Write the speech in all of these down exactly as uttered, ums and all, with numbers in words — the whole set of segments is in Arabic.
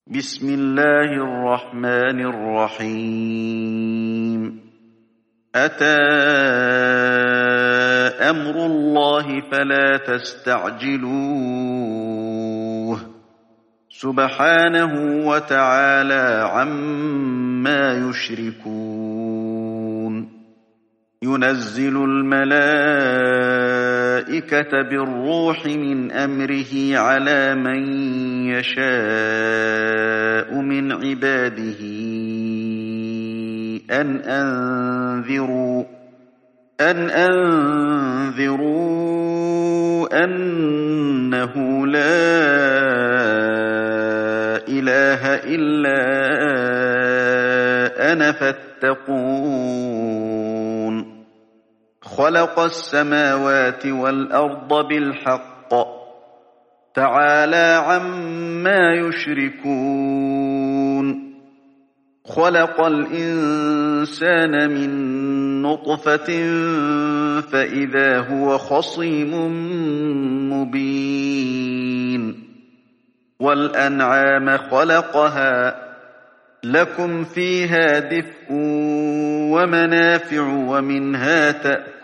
بسم الله الرحمن الرحيم أتى أمر الله فلا تستعجلوه سبحانه وتعالى عما يشركون ينزل الملائكة بالروح من أمره على من يشاء من عباده أن أنذروا أن أنذروا أنه لا إله إلا أنا فاتقون خلق السماوات والأرض بالحق تعالى عما يشركون خلق الإنسان من نطفة فإذا هو خصيم مبين والأنعام خلقها لكم فيها دفء ومنافع ومنها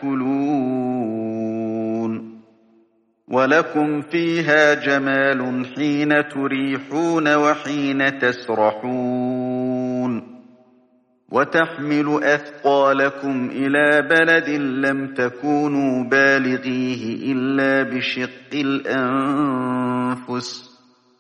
تأكلون ولكم فيها جمال حين تريحون وحين تسرحون وتحمل أثقالكم إلى بلد لم تكونوا بالغيه إلا بشق الأنفس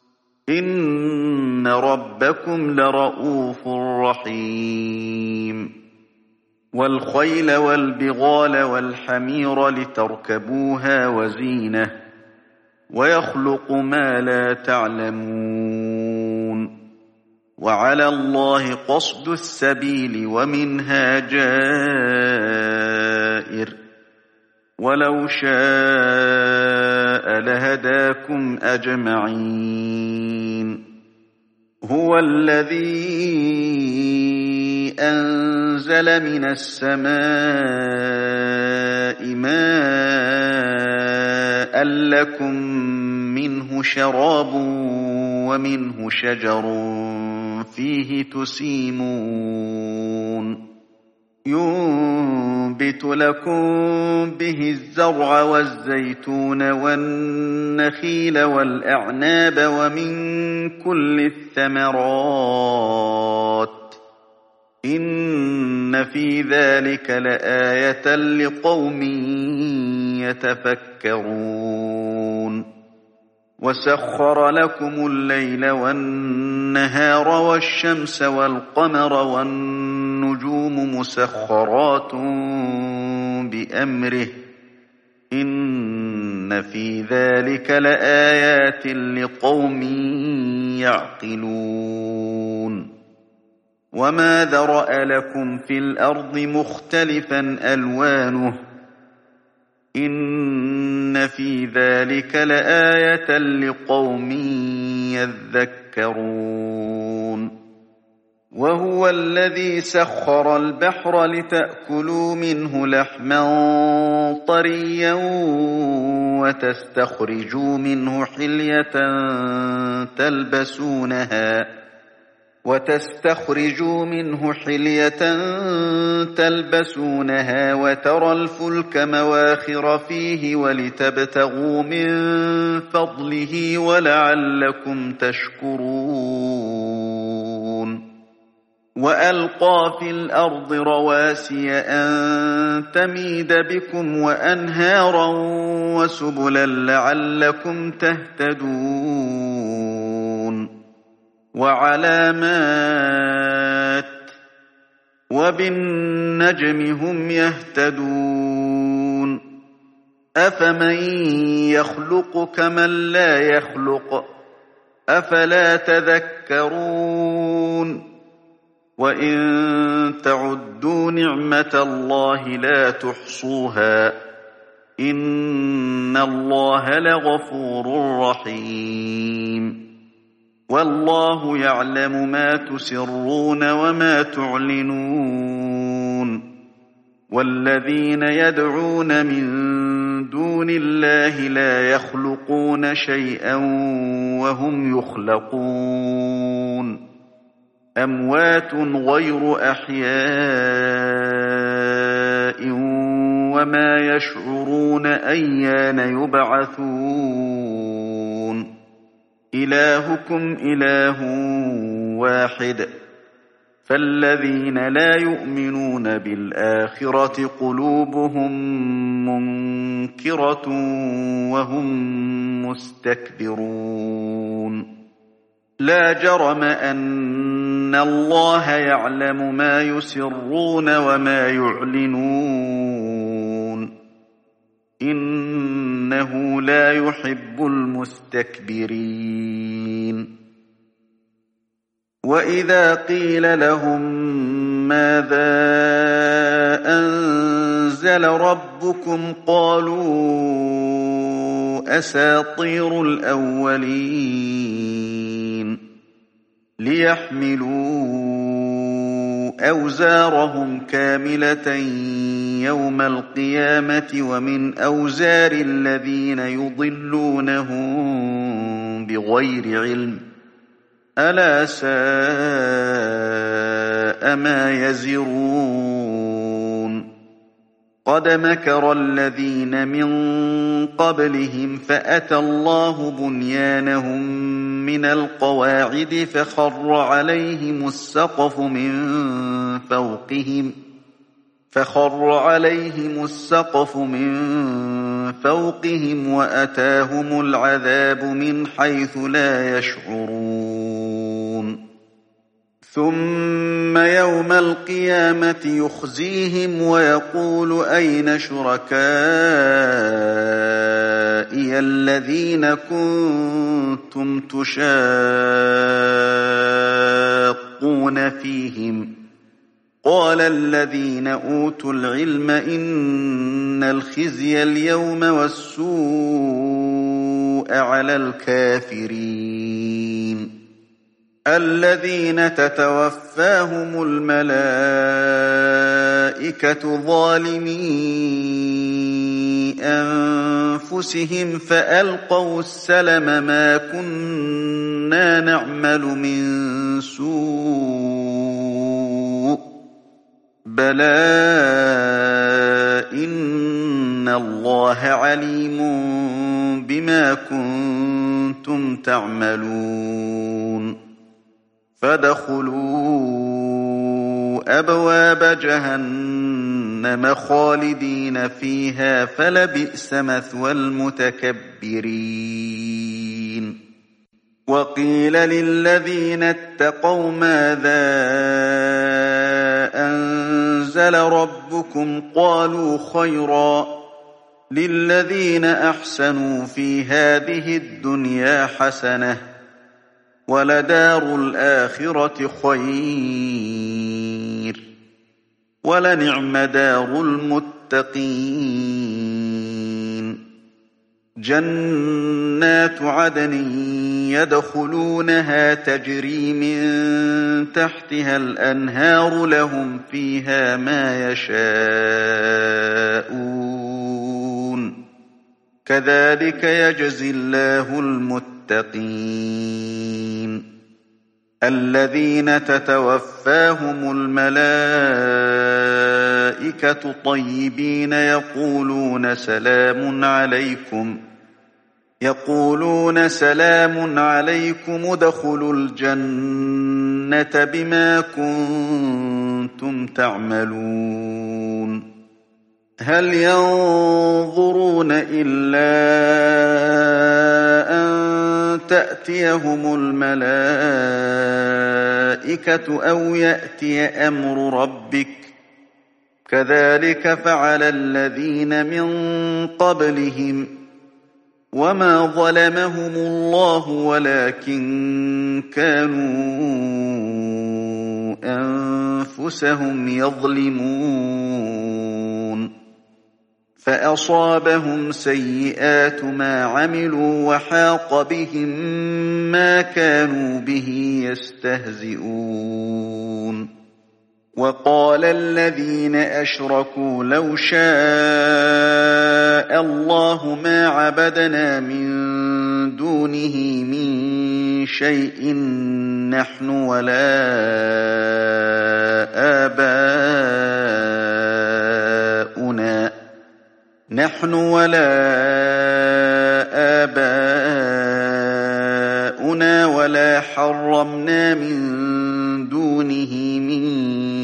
إن ربكم لرؤوف رحيم والخيل والبغال والحمير لتركبوها وزينة ويخلق ما لا تعلمون وعلى الله قصد السبيل ومنها جائر ولو شاء لهداكم أجمعين هو الذي أنزل من السماء ماء لكم منه شراب ومنه شجر فيه تسيمون ينبت لكم به الزرع والزيتون والنخيل والأعناب ومن كل الثمرات إن في ذلك لآية لقوم يتفكرون وسخر لكم الليل والنهار والشمس والقمر والنجوم مسخرات بأمره إن في ذلك لآيات لقوم يعقلون وما ذرأ لكم في الأرض مختلفا ألوانه إن في ذلك لآية لقوم يذكرون وهو الذي سخر البحر لتأكلوا منه لحما طريا وتستخرجوا منه حلية تلبسونها وتستخرجوا منه حلية تلبسونها وترى الفلك مواخر فيه ولتبتغوا من فضله ولعلكم تشكرون وألقى في الأرض رواسي أن تميد بكم وأنهارا وسبلا لعلكم تهتدون وعلامات وبالنجم هم يهتدون أفمن يخلق كمن لا يخلق أفلا تذكرون وإن تعدوا نعمة الله لا تحصوها إن الله لغفور رحيم والله يعلم ما تسرون وما تعلنون والذين يدعون من دون الله لا يخلقون شيئا وهم يخلقون أموات غير أحياء وما يشعرون أيان يبعثون إلهكم إله واحد فالذين لا يؤمنون بالآخرة قلوبهم منكرة وهم مستكبرون لا جرم أن الله يعلم ما يسرون وما يعلنون إنه لا يحب المستكبرين وإذا قيل لهم ماذا أنزل ربكم قالوا أساطير الأولين ليحملوا أوزارهم كاملة يوم القيامة ومن أوزار الذين يضلونهم بغير علم ألا ساء ما يزرون قد مكر الذين من قبلهم فأتى الله بنيانهم من القواعد فخر عليهم السقف من فوقهم فخر عليهم السقف من فوقهم وأتاهم العذاب من حيث لا يشعرون ثم يوم القيامة يخزيهم ويقول أين شركائي الذين كنتم تشاقون فيهم قال الذين أوتوا العلم إن الخزي اليوم والسوء على الكافرين الذين تتوفاهم الملائكة ظالمي أنفسهم فألقوا السلم ما كنا نعمل من سوء بلى إن الله عليم بما كنتم تعملون فادخلوا أبواب جهنم خالدين فيها فلبئس مثوى المتكبرين وقيل للذين اتقوا ماذا أنزل ربكم قالوا خيرا للذين أحسنوا في هذه الدنيا حسنة ولدار الآخرة خير ولنعم دار المتقين جنات عدن يدخلونها تجري من تحتها الأنهار لهم فيها ما يشاءون كذلك يجزي الله المتقين الذين تتوفاهم الملائكة طيبين يقولون سلام عليكم يقولون سلام عليكم ادخلوا الجنة بما كنتم تعملون هل ينظرون إلا أن تأتيهم الملائكة أو يأتي أمر ربك كذلك فعل الذين من قبلهم وما ظلمهم الله ولكن كانوا أنفسهم يظلمون فأصابهم سيئات ما عملوا وحاق بهم ما كانوا به يستهزئون وقال الذين أشركوا لو شاء الله ما عبدنا من دونه من شيء نحن ولا آباؤنا نحن ولا آباؤنا ولا حرمنا من دونه من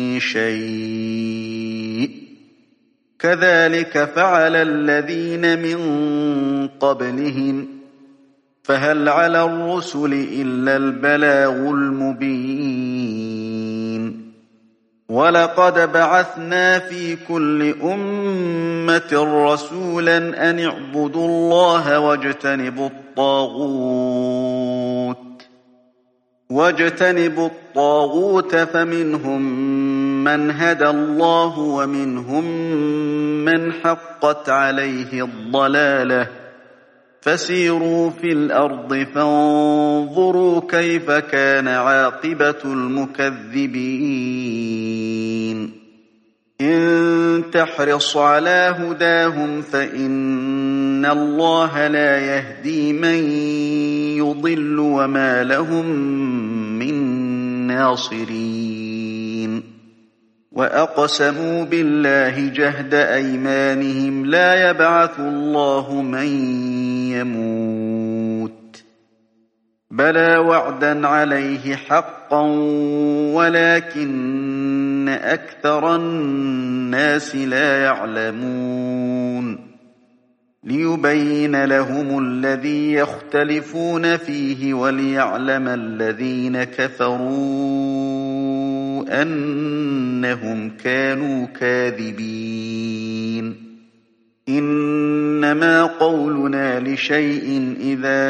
شيء كذلك فعل الذين من قبلهم فهل على الرسل إلا البلاغ المبين ولقد بعثنا في كل أمة رسولا أن اعبدوا الله واجتنبوا الطاغوت واجتنبوا الطاغوت فمنهم من هدى الله ومنهم من حقت عليه الضلالة فسيروا في الأرض فانظروا كيف كان عاقبة المكذبين إن تحرص على هداهم فإن الله لا يهدي من يضل وما لهم من ناصرين وأقسموا بالله جهد أيمانهم لا يبعث الله من يموت بلى وعدا عليه حقا ولكن أكثر الناس لا يعلمون ليبين لهم الذي يختلفون فيه وليعلم الذين كفروا أنهم كانوا كاذبين إنما قولنا لشيء إذا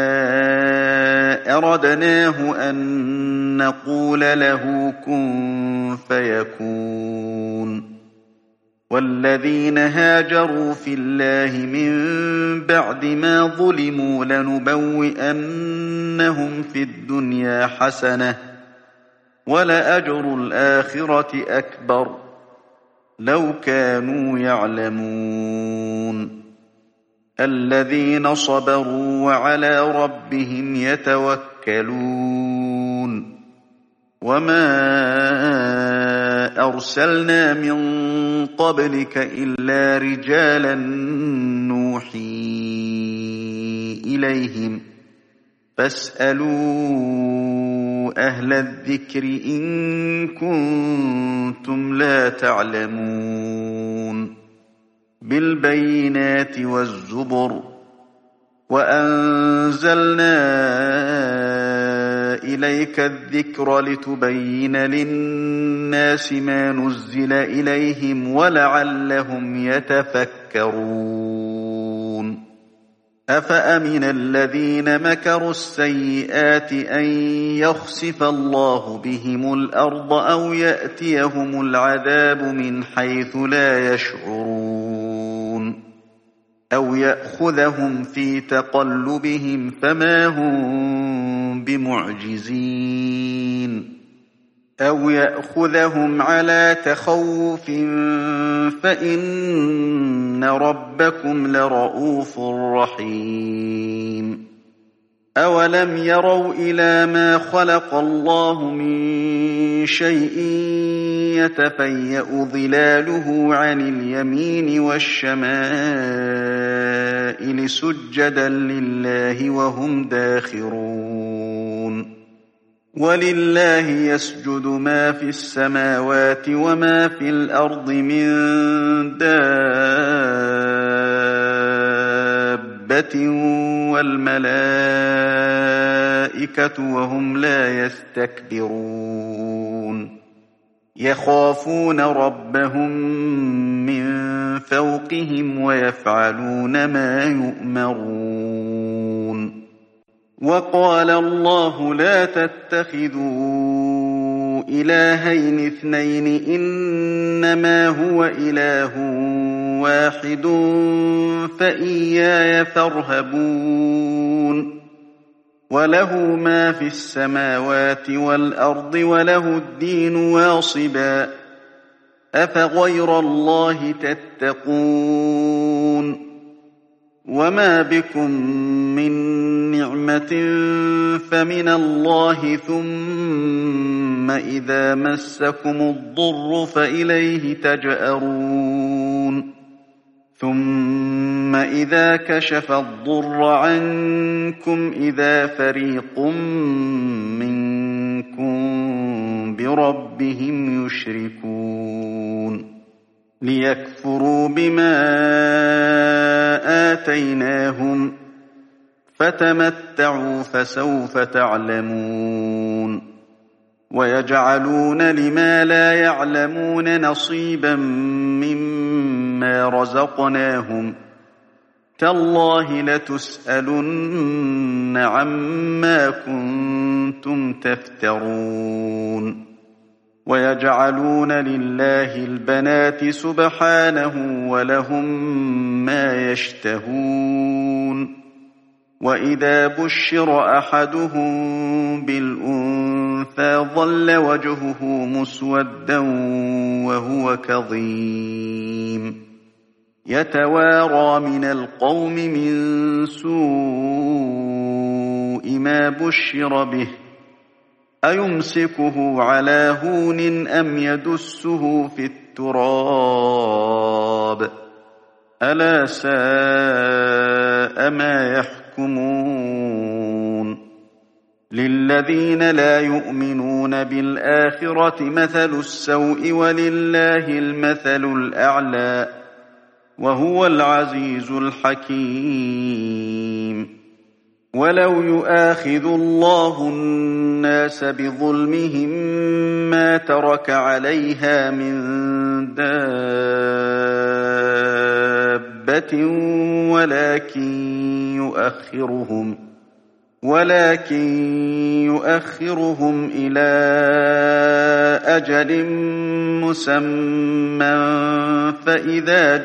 أردناه أن نقول له كن فيكون والذين هاجروا في الله من بعد ما ظلموا لنبوئنهم في الدنيا حسنة ولأجر الآخرة أكبر لو كانوا يعلمون الذين صبروا وعلى ربهم يتوكلون وما أرسلنا من قبلك إلا رجالا نوحي إليهم فاسألوا أهل الذكر إن كنتم لا تعلمون بالبينات والزبر وأنزلنا إليك الذكر لتبين للناس ما نزل إليهم ولعلهم يتفكرون أفأمن الذين مكروا السيئات أن يخسف الله بهم الأرض أو يأتيهم العذاب من حيث لا يشعرون أو يأخذهم في تقلبهم فما هم بمعجزين أو يأخذهم على تخوف فإن ربكم لرؤوف رحيم أولم يروا إلى ما خلق الله من شيء يتفيأ ظلاله عن اليمين والشمائل سجدا لله وهم داخرون ولله يسجد ما في السماوات وما في الأرض من دابة والملائكة وهم لا يستكبرون يخافون ربهم من فوقهم ويفعلون ما يؤمرون وقال الله لا تتخذوا إلهين اثنين إنما هو إله واحد فإياي فارهبون وله ما في السماوات والأرض وله الدين واصبا أفغير الله تتقون وما بكم من نعمة فمن الله ثم إذا مسكم الضر فإليه تجأرون ثم إذا كشف الضر عنكم إذا فريق منكم بربهم يشركون ليكفروا بما آتيناهم فتمتعوا فسوف تعلمون ويجعلون لما لا يعلمون نصيبا مما رزقناهم تالله لتسألن عما كنتم تفترون ويجعلون لله البنات سبحانه ولهم ما يشتهون وإذا بشر أحدهم بالأنثى ظل وجهه مسودا وهو كظيم يتوارى من القوم من سوء ما بشر به أيمسكه على هون أم يدسه في التراب ألا ساء ما يحكمون للذين لا يؤمنون بالآخرة مثل السوء ولله المثل الأعلى وهو العزيز الحكيم ولو يؤاخذ الله الناس بظلمهم ما ترك عليها من دابة ولكن يؤخرهم ولكن يؤخرهم إلى أجل مسمى فإذا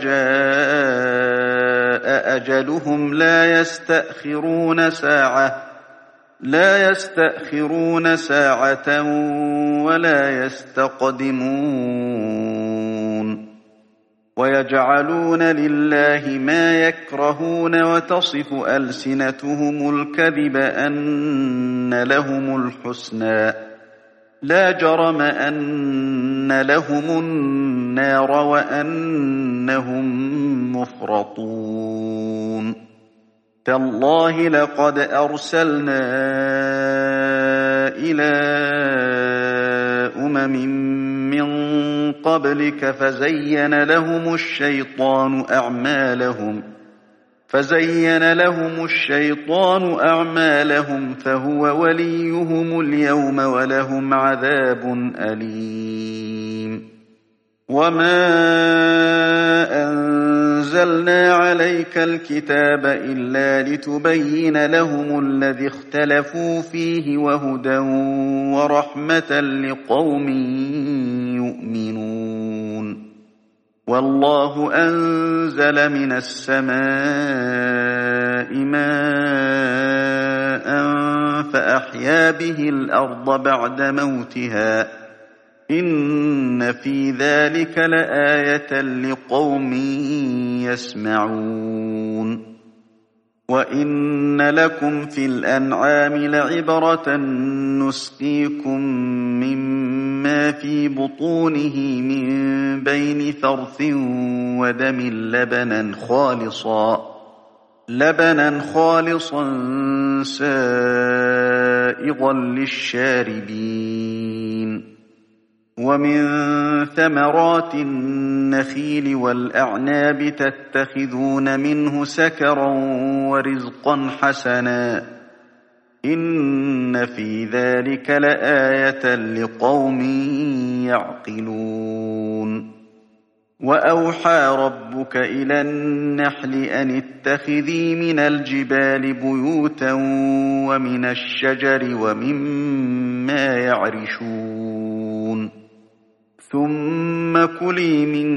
جاء أجلهم لا يستأخرون ساعة لا يستأخرون ساعة ولا يستقدمون ويجعلون لله ما يكرهون وتصف ألسنتهم الكذب أن لهم الحسنى لا جرم أن لهم النار وأنهم مفرطون تالله لقد أرسلنا إلى أمم من قبلك فزين لهم الشيطان أعمالهم فزين لهم الشيطان أعمالهم فهو وليهم اليوم ولهم عذاب أليم وما أنزلنا عليك الكتاب إلا لتبين لهم الذي اختلفوا فيه وهدى ورحمة لقوم يؤمنون والله أنزل من السماء ماء فأحيا به الأرض بعد موتها إن في ذلك لآية لقوم يسمعون وإن لكم في الأنعام لعبرة نسقيكم مما في بطونه من بين فرث ودم لبنا خالصا لبنا خالصا سائغا للشاربين ومن ثمرات النخيل والأعناب تتخذون منه سكرا ورزقا حسنا إن في ذلك لآية لقوم يعقلون وأوحى ربك إلى النحل أن اتخذي من الجبال بيوتا ومن الشجر ومما يعرشون ثم كلي من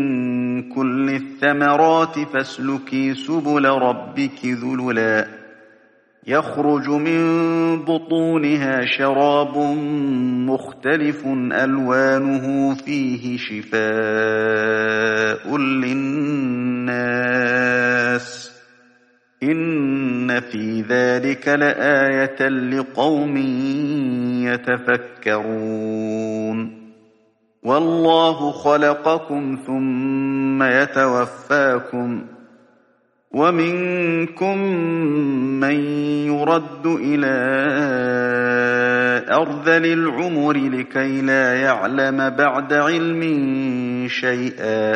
كل الثمرات فاسلكي سبل ربك ذللا يخرج من بطونها شراب مختلف ألوانه فيه شفاء للناس إن في ذلك لآية لقوم يتفكرون والله خلقكم ثم يتوفاكم ومنكم من يرد إلى أرذل العمر لكي لا يعلم بعد علم شيئا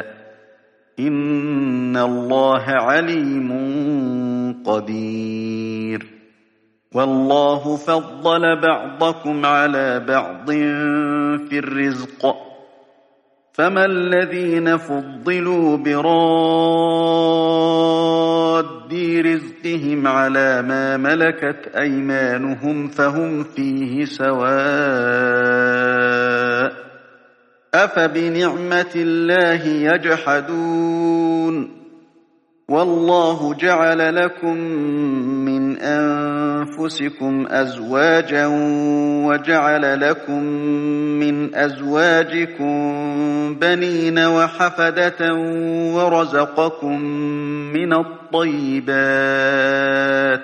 إن الله عليم قدير والله فضل بعضكم على بعض في الرزق فما الذين فضلوا براد رزقهم على ما ملكت أيمانهم فهم فيه سواء أفبنعمة الله يجحدون والله جعل لكم من أنفسكم أزواجا وجعل لكم من أزواجكم بنين وحفدة ورزقكم من الطيبات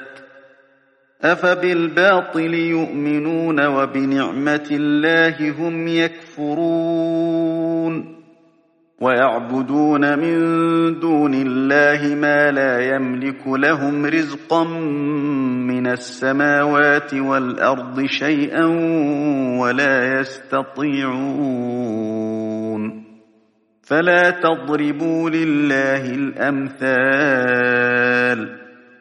أفبالباطل يؤمنون وبنعمة الله هم يكفرون ويعبدون من دون الله ما لا يملك لهم رزقا من السماوات والأرض شيئا ولا يستطيعون فلا تضربوا لله الأمثال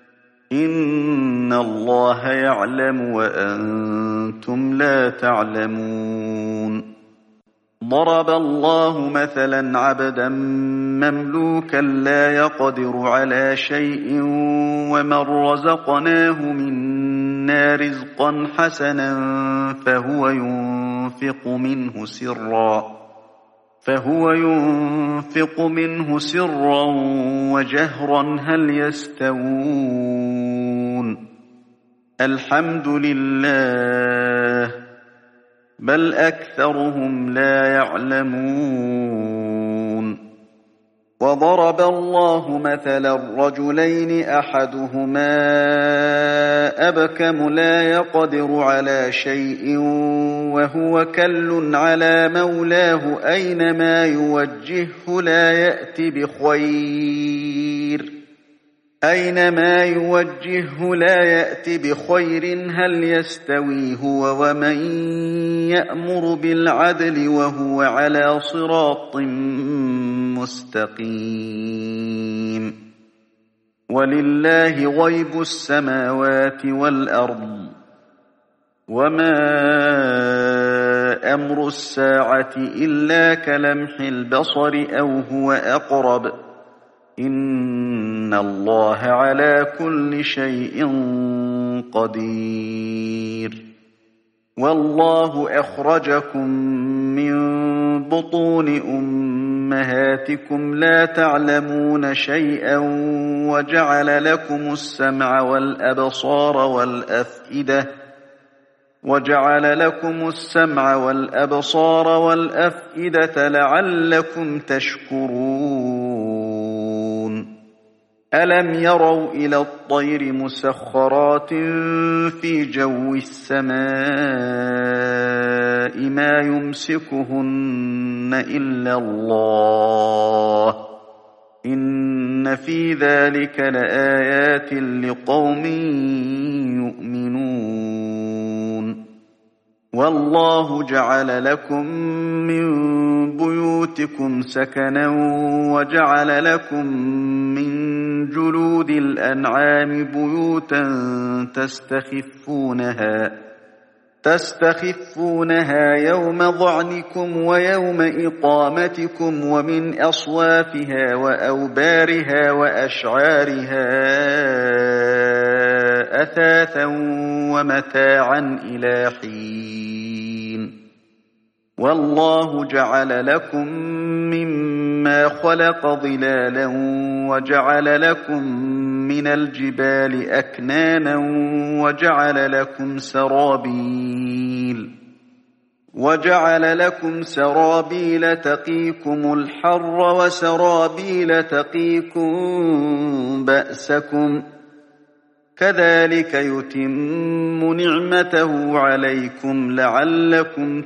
إن الله يعلم وأنتم لا تعلمون ضرب الله مثلا عبدا مملوكا لا يقدر على شيء ومن رزقناه منا رزقا حسنا فهو ينفق منه سرا فهو ينفق منه سرا وجهرا هل يستوون الحمد لله بل أكثرهم لا يعلمون وضرب الله مثلا رجلين أحدهما أبكم لا يقدر على شيء وهو كل على مولاه أينما يوجهه لا يأتي بخير أينما يوجهه لا يأتي بخير هل يستوي هو ومن يأمر بالعدل وهو على صراط مستقيم ولله غيب السماوات والأرض وما أمر الساعة إلا كلمح البصر أو هو أقرب إن الله على كل شيء قدير والله أخرجكم من بطون أمهاتكم لا تعلمون شيئا وجعل لكم السمع والأبصار والأفئدة وجعل لكم السمع والأبصار والأفئدة لعلكم تشكرون ألم يروا إلى الطير مسخرات في جو السماء ما يمسكهن إلا الله إن في ذلك لآيات لقوم يؤمنون والله جعل لكم من بيوتكم سكنا وجعل لكم من جلود الأنعام بيوتا تستخفونها تستخفونها يوم ظعنكم ويوم إقامتكم ومن أصوافها وأوبارها وأشعارها أثاثا ومتاعا إلى حين والله جعل لكم مما خلق ظلالا وجعل لكم من من الجبال أكنانا وجعل لكم سرابيل وجعل لكم سرابيل تقيكم الحر وسرابيل تقيكم بأسكم كذلك يتم نعمته عليكم لعلكم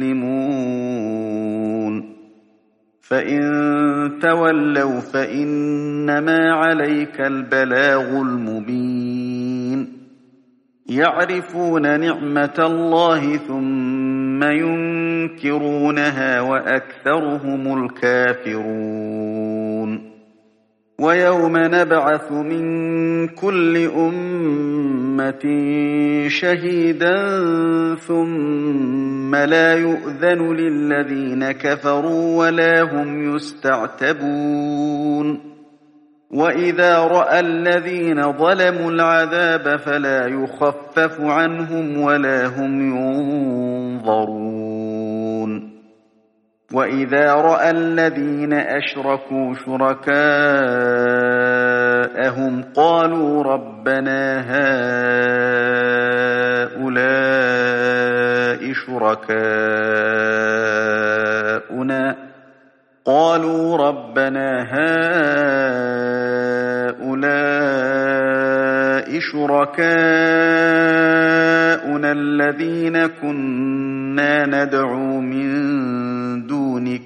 تسلمون فإن تولوا فإنما عليك البلاغ المبين يعرفون نعمة الله ثم ينكرونها وأكثرهم الكافرون ويوم نبعث من كل أمة شهيدا ثم لا يؤذن للذين كفروا ولا هم يستعتبون وإذا رأى الذين ظلموا العذاب فلا يخفف عنهم ولا هم ينظرون وإذا رأى الذين أشركوا شركاءهم قالوا ربنا هؤلاء شركاؤنا قالوا ربنا هؤلاء شركاؤنا الذين كنا ندعو من دونك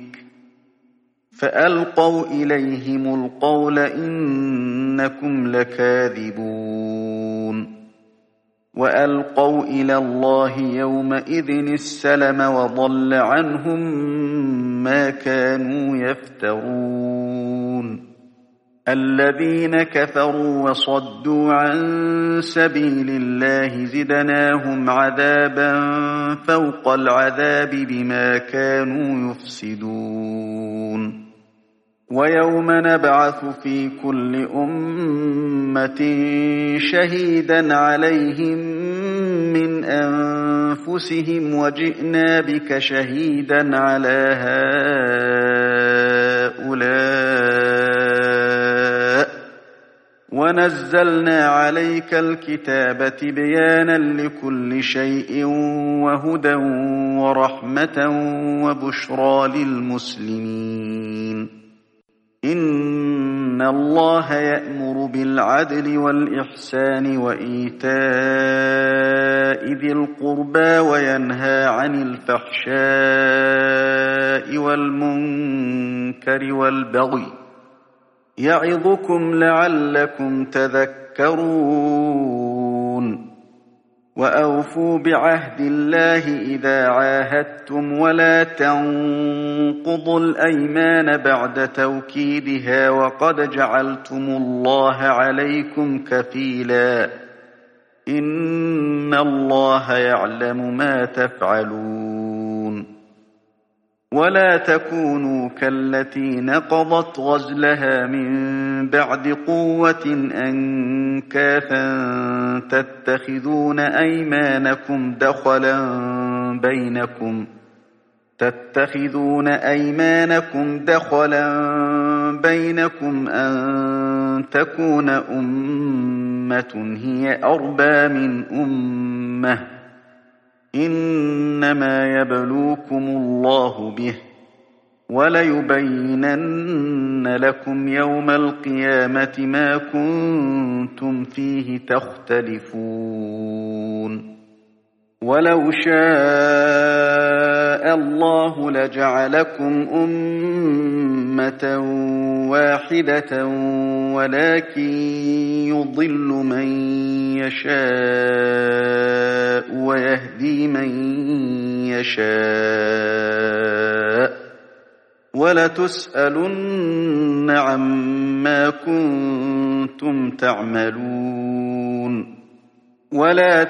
فألقوا إليهم القول إنكم لكاذبون وألقوا إلى الله يومئذ السلم وضل عنهم ما كانوا يفترون الذين كفروا وصدوا عن سبيل الله زدناهم عذابا فوق العذاب بما كانوا يفسدون ويوم نبعث في كل أمة شهيدا عليهم من أنفسهم وجئنا بك شهيدا على هؤلاء ونزلنا عليك الكتاب بيانا لكل شيء وهدى ورحمة وبشرى للمسلمين إن الله يأمر بالعدل والإحسان وإيتاء ذي القربى وينهى عن الفحشاء والمنكر والبغي يعظكم لعلكم تذكرون وأوفوا بعهد الله إذا عاهدتم ولا تنقضوا الأيمان بعد توكيدها وقد جعلتم الله عليكم كفيلا إن الله يعلم ما تفعلون ولا تكونوا كالتي نقضت غزلها من بعد قوة أنكاثا تتخذون أيمانكم دخلا بينكم تتخذون أيمانكم دخلا بينكم أن تكون أمة هي أربى من أمة إنما يبلوكم الله به وليبينن لكم يوم القيامة ما كنتم فيه تختلفون ولو شاء الله لجعلكم أمة واحدة ولكن يضل من يشاء ويهدي من يشاء ولتسألن عما كنتم تعملون ولا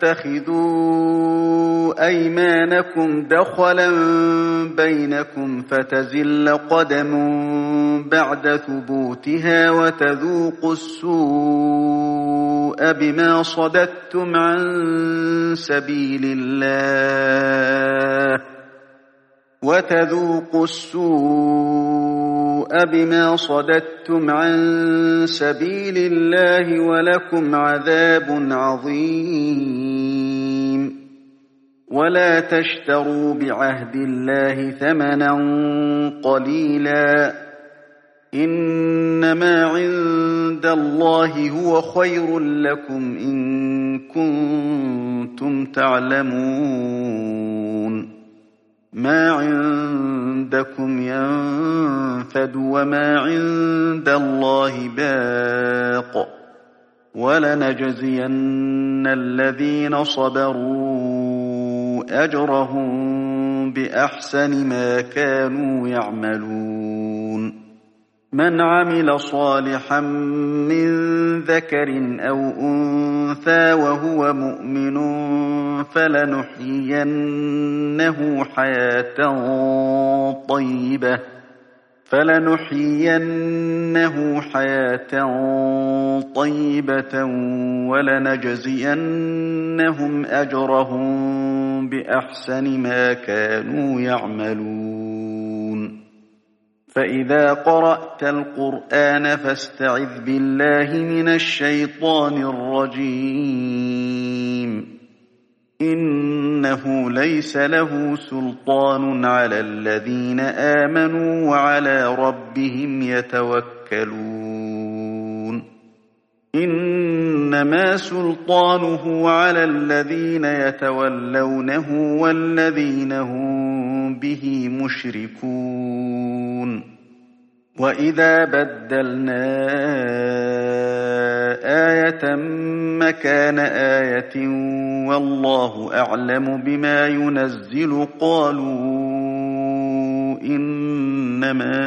تتخذوا أيمانكم دخلا بينكم فتزل قدم بعد ثبوتها وتذوقوا السوء بما صددتم عن سبيل الله وتذوقوا السوء بما صددتم عن سبيل الله ولكم عذاب عظيم ولا تشتروا بعهد الله ثمنا قليلا إنما عند الله هو خير لكم إن كنتم تعلمون ما عندكم ينفد وما عند الله باق ولنجزين الذين صبروا أجرهم بأحسن ما كانوا يعملون من عمل صالحا من ذكر أو أنثى وهو مؤمن فلنحيينه حياة طيبة فلنحيينه حياة طيبة ولنجزينهم أجرهم بأحسن ما كانوا يعملون فإذا قرأت القرآن فاستعذ بالله من الشيطان الرجيم إنه ليس له سلطان على الذين آمنوا وعلى ربهم يتوكلون إنما سلطانه على الذين يتولونه والذين هم به مشركون وإذا بدلنا آية مكان آية والله أعلم بما ينزل قالوا إنما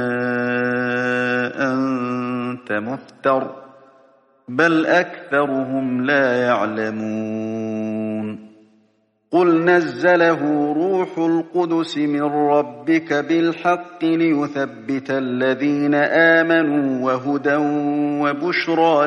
أنت مفتر بل أكثرهم لا يعلمون قل نزله روح القدس من ربك بالحق ليثبت الذين آمنوا وهدى وبشرى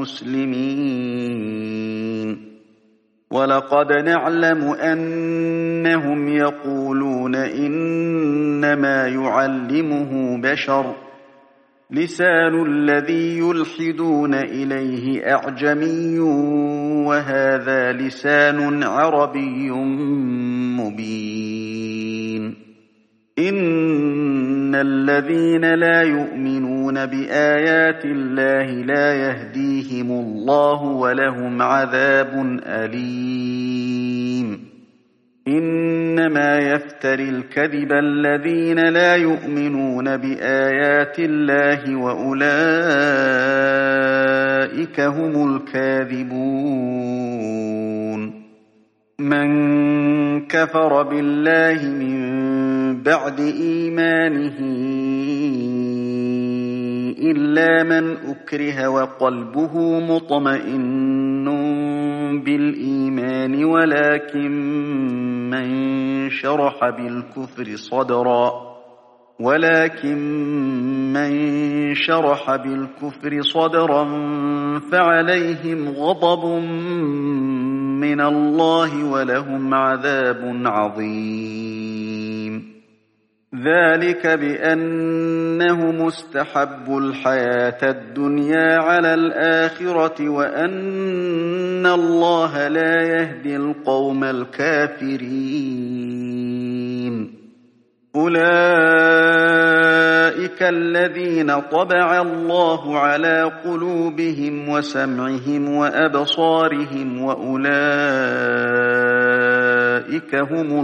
للمسلمين ولقد نعلم أنهم يقولون إنما يعلمه بشر لسان الذي يلحدون إليه أعجمي وهذا لسان عربي مبين إن الذين لا يؤمنون بآيات الله لا يهديهم الله ولهم عذاب أليم إنما يفتري الكذب الذين لا يؤمنون بآيات الله وأولئك هم الكاذبون من كفر بالله من بعد إيمانه إلا من أكره وقلبه مطمئن بالإيمان ولكن من شرح بالكفر صدرا ولكن من شرح بالكفر صدرا فعليهم غضب من الله ولهم عذاب عظيم ذلك بأنهم استحبوا الحياة الدنيا على الآخرة وأن الله لا يهدي القوم الكافرين أولئك الذين طبع الله على قلوبهم وسمعهم وأبصارهم وأولئك هم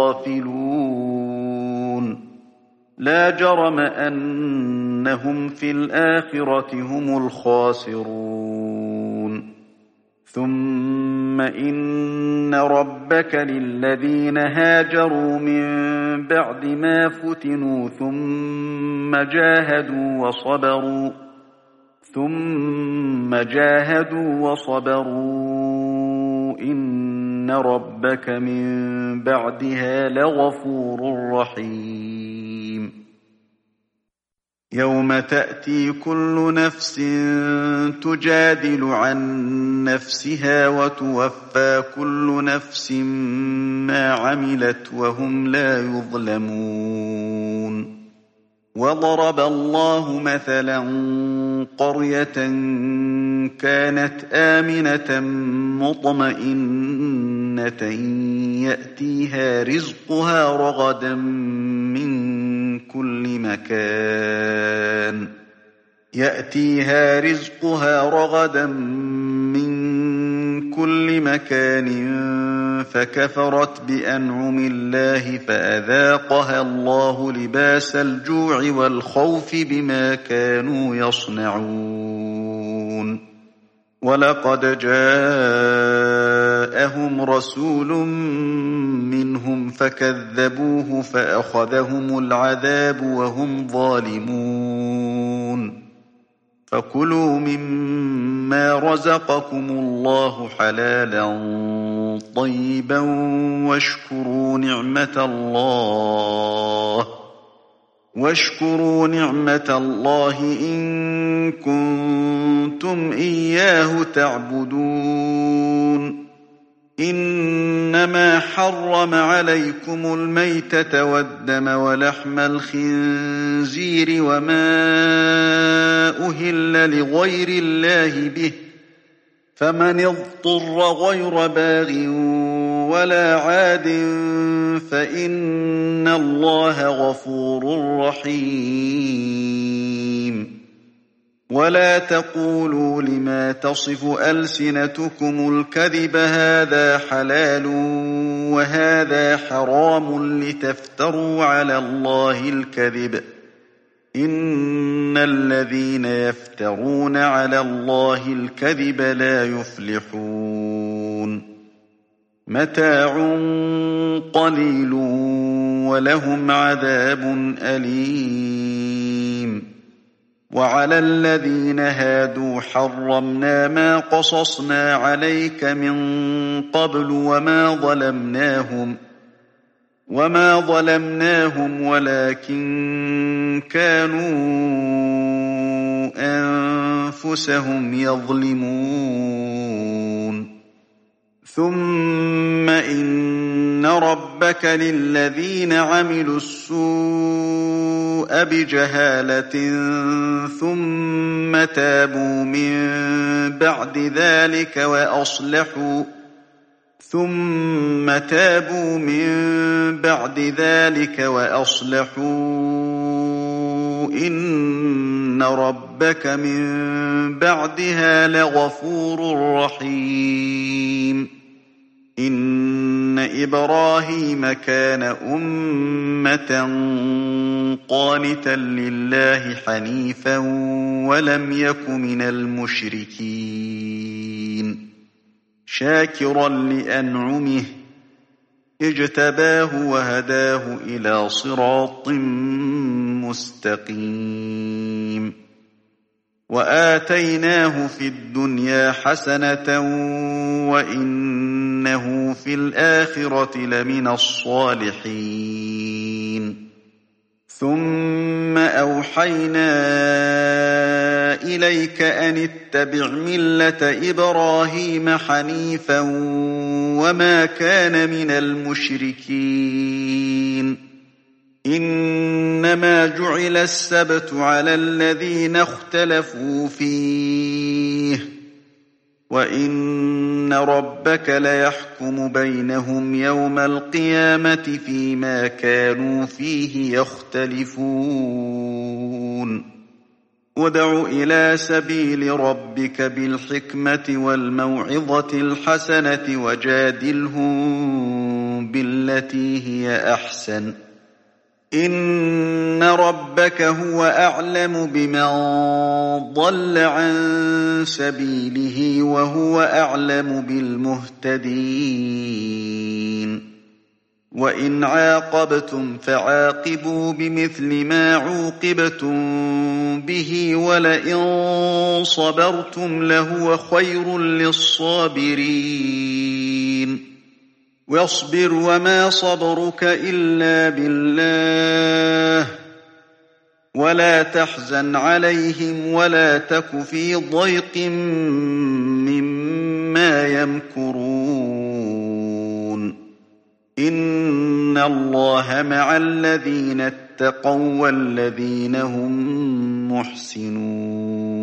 الغافلون لا جرم أنهم في الآخرة هم الخاسرون ثم إن ربك للذين هاجروا من بعد ما فتنوا ثم جاهدوا وصبروا ثم جاهدوا وصبروا إن ربك من بعدها لغفور رحيم يوم تأتي كل نفس تجادل عن نفسها وتوفى كل نفس ما عملت وهم لا يظلمون وضرب الله مثلا قرية كانت آمنة مطمئنة يأتيها رزقها رغدا من كل مكان يأتيها رزقها رغدا من كل مكان فكفرت بأنعم الله فأذاقها الله لباس الجوع والخوف بما كانوا يصنعون ولقد جاءهم رسول منهم فكذبوه فأخذهم العذاب وهم ظالمون فكلوا مما رزقكم الله حلالا طيبا واشكروا نعمة الله واشكروا نعمة الله إن كنتم إياه تعبدون إنما حرم عليكم الميتة والدم ولحم الخنزير وما أهل لغير الله به فمن اضطر غير باغ ولا عاد فإن الله غفور رحيم ولا تقولوا لما تصف ألسنتكم الكذب هذا حلال وهذا حرام لتفتروا على الله الكذب إن الذين يفترون على الله الكذب لا يفلحون متاع قليل ولهم عذاب أليم وعلى الذين هادوا حرمنا ما قصصنا عليك من قبل وما ظلمناهم وما ظلمناهم ولكن كانوا أنفسهم يظلمون ثم إن ربك للذين عملوا السوء بجهالة ثم تابوا من بعد ذلك وأصلحوا ثم تابوا من بعد ذلك وأصلحوا إن ربك من بعدها لغفور رحيم إن إبراهيم كان أمة قانتا لله حنيفا ولم يك من المشركين شاكرا لأنعمه اجتباه وهداه إلى صراط مستقيم وآتيناه في الدنيا حسنة وإنه في الآخرة لمن الصالحين ثم أوحينا إليك أن اتبع ملة إبراهيم حنيفا وما كان من المشركين إنما جعل السبت على الذين اختلفوا فيه وإن ربك ليحكم بينهم يوم القيامة فيما كانوا فيه يختلفون ادع إلى سبيل ربك بالحكمة والموعظة الحسنة وجادلهم بالتي هي أحسن إن ربك هو أعلم بمن ضل عن سبيله وهو أعلم بالمهتدين وإن عاقبتم فعاقبوا بمثل ما عوقبتم به ولئن صبرتم لهو خير للصابرين واصبر وما صبرك إلا بالله ولا تحزن عليهم ولا تك في ضيق مما يمكرون إن إن الله مع الذين اتقوا والذين هم محسنون